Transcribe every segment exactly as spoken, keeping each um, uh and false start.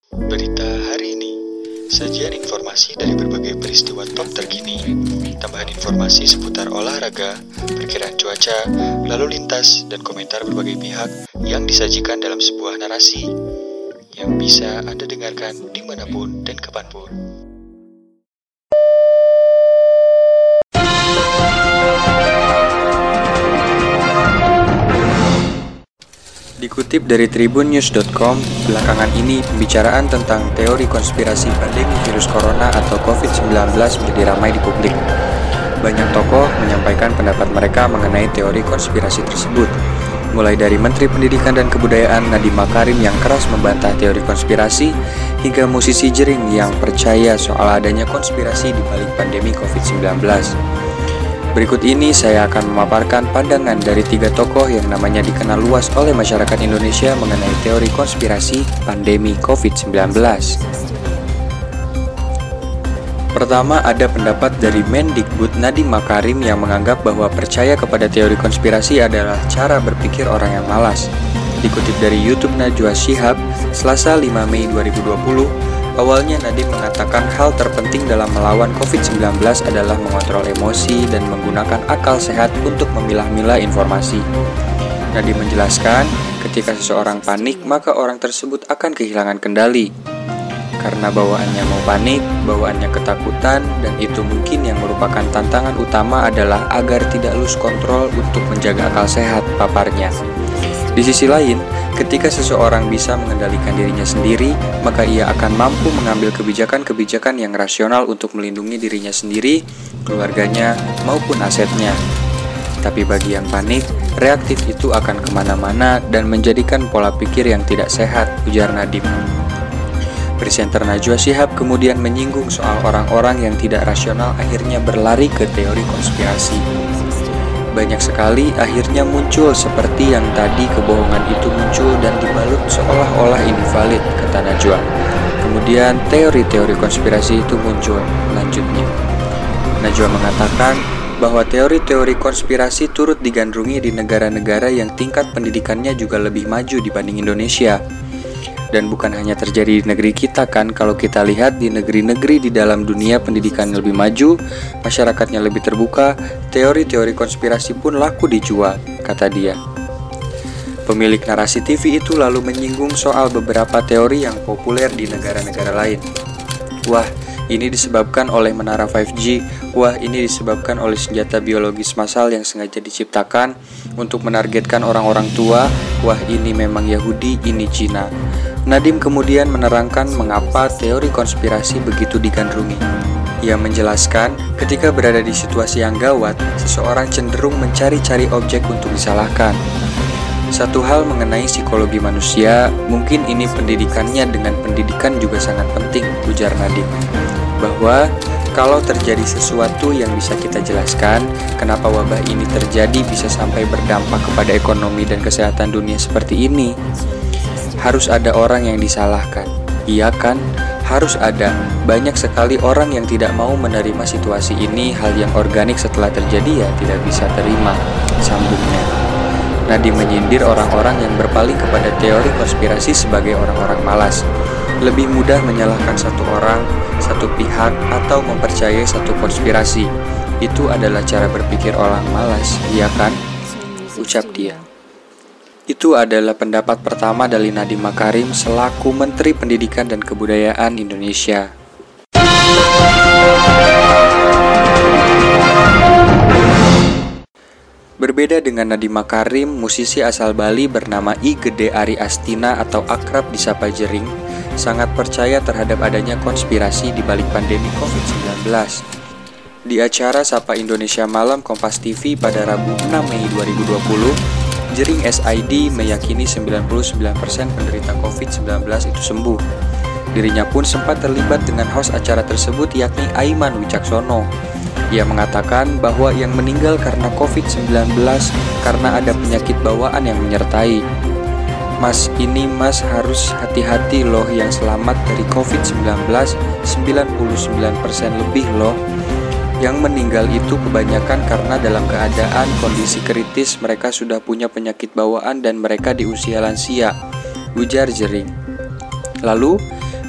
Berita hari ini, sajian informasi dari berbagai peristiwa top terkini, tambahan informasi seputar olahraga, perkiraan cuaca, lalu lintas, dan komentar berbagai pihak yang disajikan dalam sebuah narasi yang bisa Anda dengarkan dimanapun dan kapanpun. Dikutip dari tribun news dot com, belakangan ini pembicaraan tentang teori konspirasi pandemi virus corona atau covid sembilan belas menjadi ramai di publik. Banyak tokoh menyampaikan pendapat mereka mengenai teori konspirasi tersebut. Mulai dari Menteri Pendidikan dan Kebudayaan Nadiem Makarim yang keras membantah teori konspirasi, hingga musisi jering yang percaya soal adanya konspirasi di balik pandemi covid sembilan belas. Berikut ini saya akan memaparkan pandangan dari tiga tokoh yang namanya dikenal luas oleh masyarakat Indonesia mengenai teori konspirasi pandemi covid sembilan belas. Pertama, ada pendapat dari Mendikbud Nadiem Makarim yang menganggap bahwa percaya kepada teori konspirasi adalah cara berpikir orang yang malas. Dikutip dari YouTube Najwa Shihab, Selasa lima Mei dua ribu dua puluh, awalnya Nadiem mengatakan hal terpenting dalam melawan covid sembilan belas adalah mengontrol emosi dan menggunakan akal sehat untuk memilah-milah informasi. Nadiem menjelaskan, ketika seseorang panik, maka orang tersebut akan kehilangan kendali. Karena bawaannya mau panik, bawaannya ketakutan, dan itu mungkin yang merupakan tantangan utama adalah agar tidak lose kontrol untuk menjaga akal sehat, paparnya. Di sisi lain, ketika seseorang bisa mengendalikan dirinya sendiri, maka ia akan mampu mengambil kebijakan-kebijakan yang rasional untuk melindungi dirinya sendiri, keluarganya, maupun asetnya. Tapi bagi yang panik, reaktif itu akan kemana-mana dan menjadikan pola pikir yang tidak sehat, ujar Nadiem. Presenter Najwa Shihab kemudian menyinggung soal orang-orang yang tidak rasional akhirnya berlari ke teori konspirasi. Banyak sekali akhirnya muncul seperti yang tadi kebohongan itu muncul dan dibalut seolah-olah ini valid, kata Najwa. Kemudian teori-teori konspirasi itu muncul, lanjutnya. Najwa mengatakan bahwa teori-teori konspirasi turut digandrungi di negara-negara yang tingkat pendidikannya juga lebih maju dibanding Indonesia. Dan bukan hanya terjadi di negeri kita kan, kalau kita lihat di negeri-negeri di dalam dunia pendidikan lebih maju, masyarakatnya lebih terbuka, teori-teori konspirasi pun laku dijual, kata dia. Pemilik narasi T V itu lalu menyinggung soal beberapa teori yang populer di negara-negara lain. Wah, ini disebabkan oleh menara lima G, wah ini disebabkan oleh senjata biologis massal yang sengaja diciptakan untuk menargetkan orang-orang tua, wah ini memang Yahudi, ini Cina. Nadiem kemudian menerangkan mengapa teori konspirasi begitu digandrungi. Ia menjelaskan, ketika berada di situasi yang gawat, seseorang cenderung mencari-cari objek untuk disalahkan. Satu hal mengenai psikologi manusia, mungkin ini pendidikannya dengan pendidikan juga sangat penting, ujar Nadiem. Bahwa kalau terjadi sesuatu yang bisa kita jelaskan, kenapa wabah ini terjadi bisa sampai berdampak kepada ekonomi dan kesehatan dunia seperti ini. Harus ada orang yang disalahkan. Iya kan? Harus ada. Banyak sekali orang yang tidak mau menerima situasi ini, hal yang organik setelah terjadi ya tidak bisa terima, sambungnya. Nadiem menyindir orang-orang yang berpaling kepada teori konspirasi sebagai orang-orang malas. Lebih mudah menyalahkan satu orang, satu pihak, atau mempercayai satu konspirasi. Itu adalah cara berpikir orang malas, iya kan? Ucap dia. Itu adalah pendapat pertama dari Nadiem Makarim selaku Menteri Pendidikan dan Kebudayaan Indonesia. Berbeda dengan Nadiem Makarim, musisi asal Bali bernama I Gede Ari Astina atau akrab disapa Jering, sangat percaya terhadap adanya konspirasi di balik pandemi covid sembilan belas. Di acara Sapa Indonesia Malam Kompas T V pada Rabu enam Mei dua ribu dua puluh, Jering S I D meyakini sembilan puluh sembilan persen penderita covid sembilan belas itu sembuh. Dirinya pun sempat terlibat dengan host acara tersebut yakni Aiman Wicaksono. Ia mengatakan bahwa yang meninggal karena covid sembilan belas karena ada penyakit bawaan yang menyertai. Mas, ini mas harus hati-hati loh, yang selamat dari covid sembilan belas sembilan puluh sembilan persen lebih loh. Yang meninggal itu kebanyakan karena dalam keadaan kondisi kritis, mereka sudah punya penyakit bawaan dan mereka di usia lansia, ujar Jering. Lalu,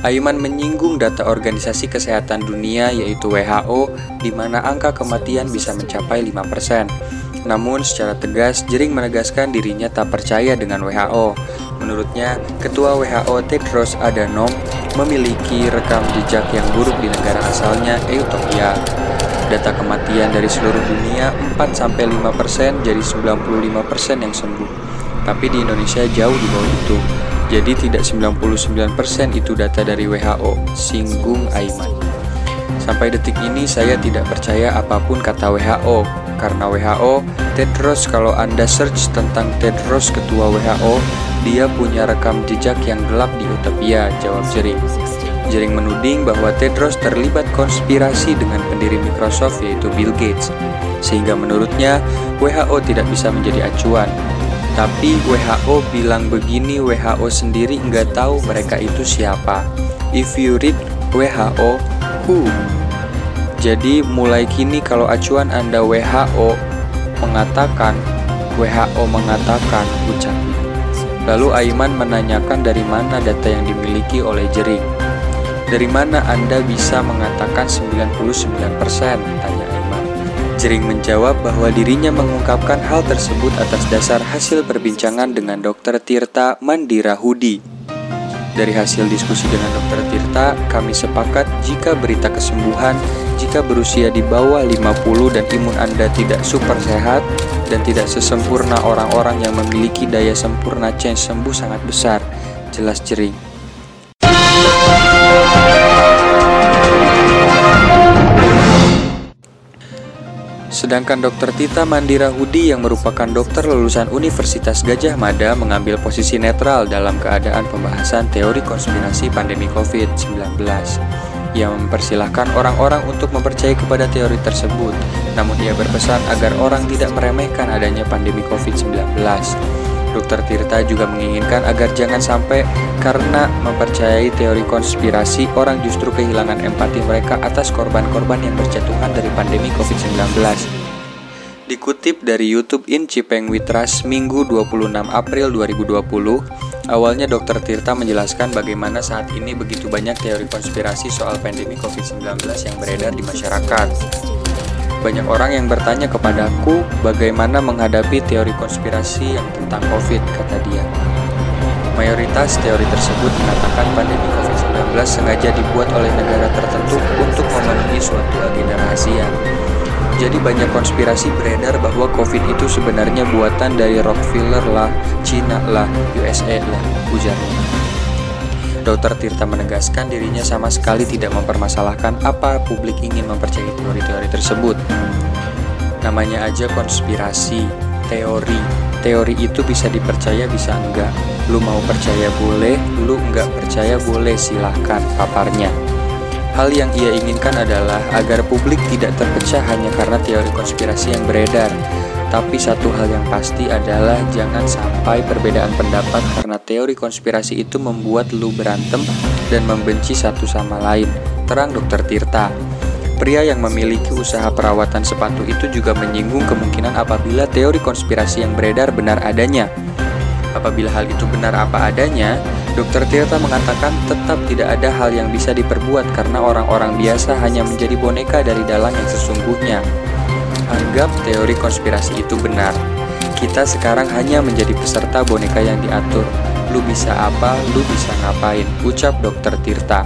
Aiman menyinggung data Organisasi Kesehatan Dunia yaitu W H O, di mana angka kematian bisa mencapai lima persen. Namun secara tegas, Jering menegaskan dirinya tak percaya dengan W H O. Menurutnya, Ketua W H O Tedros Adhanom memiliki rekam jejak yang buruk di negara asalnya, Ethiopia. Data kematian dari seluruh dunia empat sampai lima persen jadi sembilan puluh lima persen yang sembuh. Tapi di Indonesia jauh di bawah itu. Jadi tidak sembilan puluh sembilan persen itu data dari W H O, singgung Aiman. Sampai detik ini saya tidak percaya apapun kata W H O. Karena W H O, Tedros, kalau Anda search tentang Tedros Ketua W H O, dia punya rekam jejak yang gelap di Utopia, jawab Jering. Jering menuding bahwa Tedros terlibat konspirasi dengan pendiri Microsoft yaitu Bill Gates. Sehingga menurutnya W H O tidak bisa menjadi acuan. Tapi W H O bilang begini, W H O sendiri nggak tahu mereka itu siapa. If you read W H O, who? Jadi mulai kini kalau acuan Anda W H O mengatakan, W H O mengatakan, ucapnya. Lalu Aiman menanyakan dari mana data yang dimiliki oleh Jering. Dari mana Anda bisa mengatakan sembilan puluh sembilan persen? Tanya Aiman. Jering menjawab bahwa dirinya mengungkapkan hal tersebut atas dasar hasil perbincangan dengan dokter Tirta Mandirahudi. Dari hasil diskusi dengan dokter Tirta, kami sepakat jika berita kesembuhan, jika berusia di bawah lima puluh dan imun Anda tidak super sehat dan tidak sesempurna orang-orang yang memiliki daya sempurna change sembuh sangat besar, jelas Jering. Sedangkan dokter Tirta Mandirahudi yang merupakan dokter lulusan Universitas Gadjah Mada mengambil posisi netral dalam keadaan pembahasan teori konspirasi pandemi covid sembilan belas. Ia mempersilahkan orang-orang untuk mempercayai kepada teori tersebut, namun ia berpesan agar orang tidak meremehkan adanya pandemi covid sembilan belas. dokter Tirta juga menginginkan agar jangan sampai karena mempercayai teori konspirasi, orang justru kehilangan empati mereka atas korban-korban yang berjatuhan dari pandemi covid sembilan belas. Dikutip dari YouTube In Cipeng Witras Minggu dua puluh enam April dua ribu dua puluh, awalnya dokter Tirta menjelaskan bagaimana saat ini begitu banyak teori konspirasi soal pandemi covid sembilan belas yang beredar di masyarakat. Banyak orang yang bertanya kepadaku bagaimana menghadapi teori konspirasi yang tentang COVID, kata dia. Mayoritas teori tersebut mengatakan pandemi covid sembilan belas sengaja dibuat oleh negara tertentu untuk memenuhi suatu agenda rahasia. Jadi banyak konspirasi beredar bahwa COVID itu sebenarnya buatan dari Rockefeller lah, Cina lah, U S A lah, ujarnya. dokter Tirta menegaskan dirinya sama sekali tidak mempermasalahkan apa publik ingin mempercayai teori-teori tersebut. Namanya aja konspirasi, teori. Teori itu bisa dipercaya, bisa enggak. Lu mau percaya boleh, lu enggak percaya boleh, silahkan, paparnya. Hal yang ia inginkan adalah agar publik tidak terpecah hanya karena teori konspirasi yang beredar. Tapi satu hal yang pasti adalah jangan sampai perbedaan pendapat karena teori konspirasi itu membuat lu berantem dan membenci satu sama lain, terang dokter Tirta. Pria yang memiliki usaha perawatan sepatu itu juga menyinggung kemungkinan apabila teori konspirasi yang beredar benar adanya. Apabila hal itu benar apa adanya, dokter Tirta mengatakan tetap tidak ada hal yang bisa diperbuat karena orang-orang biasa hanya menjadi boneka dari dalang yang sesungguhnya. Anggap teori konspirasi itu benar. Kita sekarang hanya menjadi peserta boneka yang diatur. Lu bisa apa, lu bisa ngapain, ucap dokter Tirta.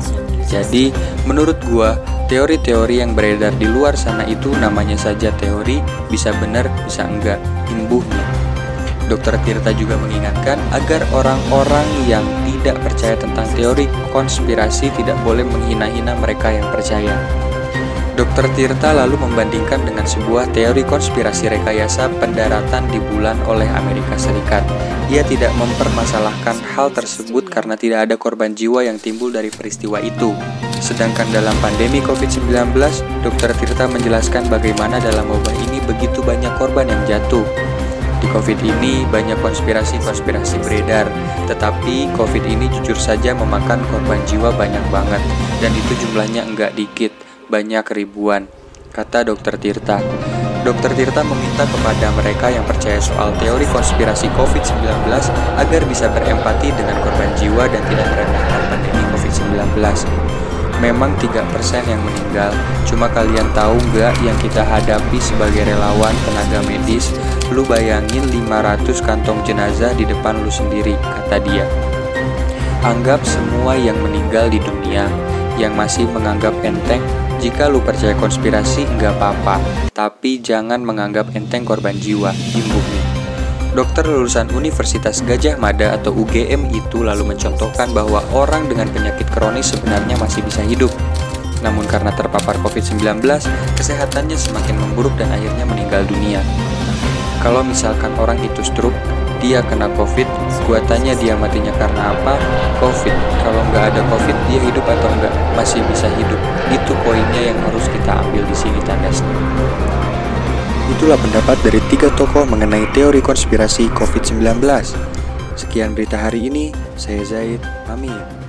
Jadi, menurut gua, teori-teori yang beredar di luar sana itu namanya saja teori, bisa benar, bisa enggak, imbuhnya. dokter Tirta juga mengingatkan agar orang-orang yang tidak percaya tentang teori konspirasi tidak boleh menghina-hina mereka yang percaya. dokter Tirta lalu membandingkan dengan sebuah teori konspirasi rekayasa pendaratan di bulan oleh Amerika Serikat. Ia tidak mempermasalahkan hal tersebut karena tidak ada korban jiwa yang timbul dari peristiwa itu. Sedangkan dalam pandemi covid sembilan belas, dokter Tirta menjelaskan bagaimana dalam wabah ini begitu banyak korban yang jatuh. Di COVID ini banyak konspirasi-konspirasi beredar, tetapi COVID ini jujur saja memakan korban jiwa banyak banget, dan itu jumlahnya enggak dikit. Banyak ribuan, kata dokter Tirta. dokter Tirta meminta kepada mereka yang percaya soal teori konspirasi covid sembilan belas agar bisa berempati dengan korban jiwa dan tidak meremehkan pandemi covid sembilan belas. belas. Memang tiga persen yang meninggal, cuma kalian tahu nggak yang kita hadapi sebagai relawan tenaga medis? Lu bayangin lima ratus kantong jenazah di depan lu sendiri, kata dia. Anggap semua yang meninggal di dunia, yang masih menganggap enteng. Jika lu percaya konspirasi nggak apa-apa, tapi jangan menganggap enteng korban jiwa, imbungnya. Dokter lulusan Universitas Gadjah Mada atau U G M itu lalu mencontohkan bahwa orang dengan penyakit kronis sebenarnya masih bisa hidup. Namun karena terpapar covid sembilan belas, kesehatannya semakin memburuk dan akhirnya meninggal dunia. Kalau misalkan orang itu stroke, dia kena covid, gua tanya dia matinya karena apa? Covid. Kalau nggak ada covid, dia hidup atau enggak? Masih bisa hidup. Itu poinnya yang harus kita ambil di sini, tandasnya. Itulah pendapat dari tiga tokoh mengenai teori konspirasi covid sembilan belas. Sekian berita hari ini, saya Zaid, pamit.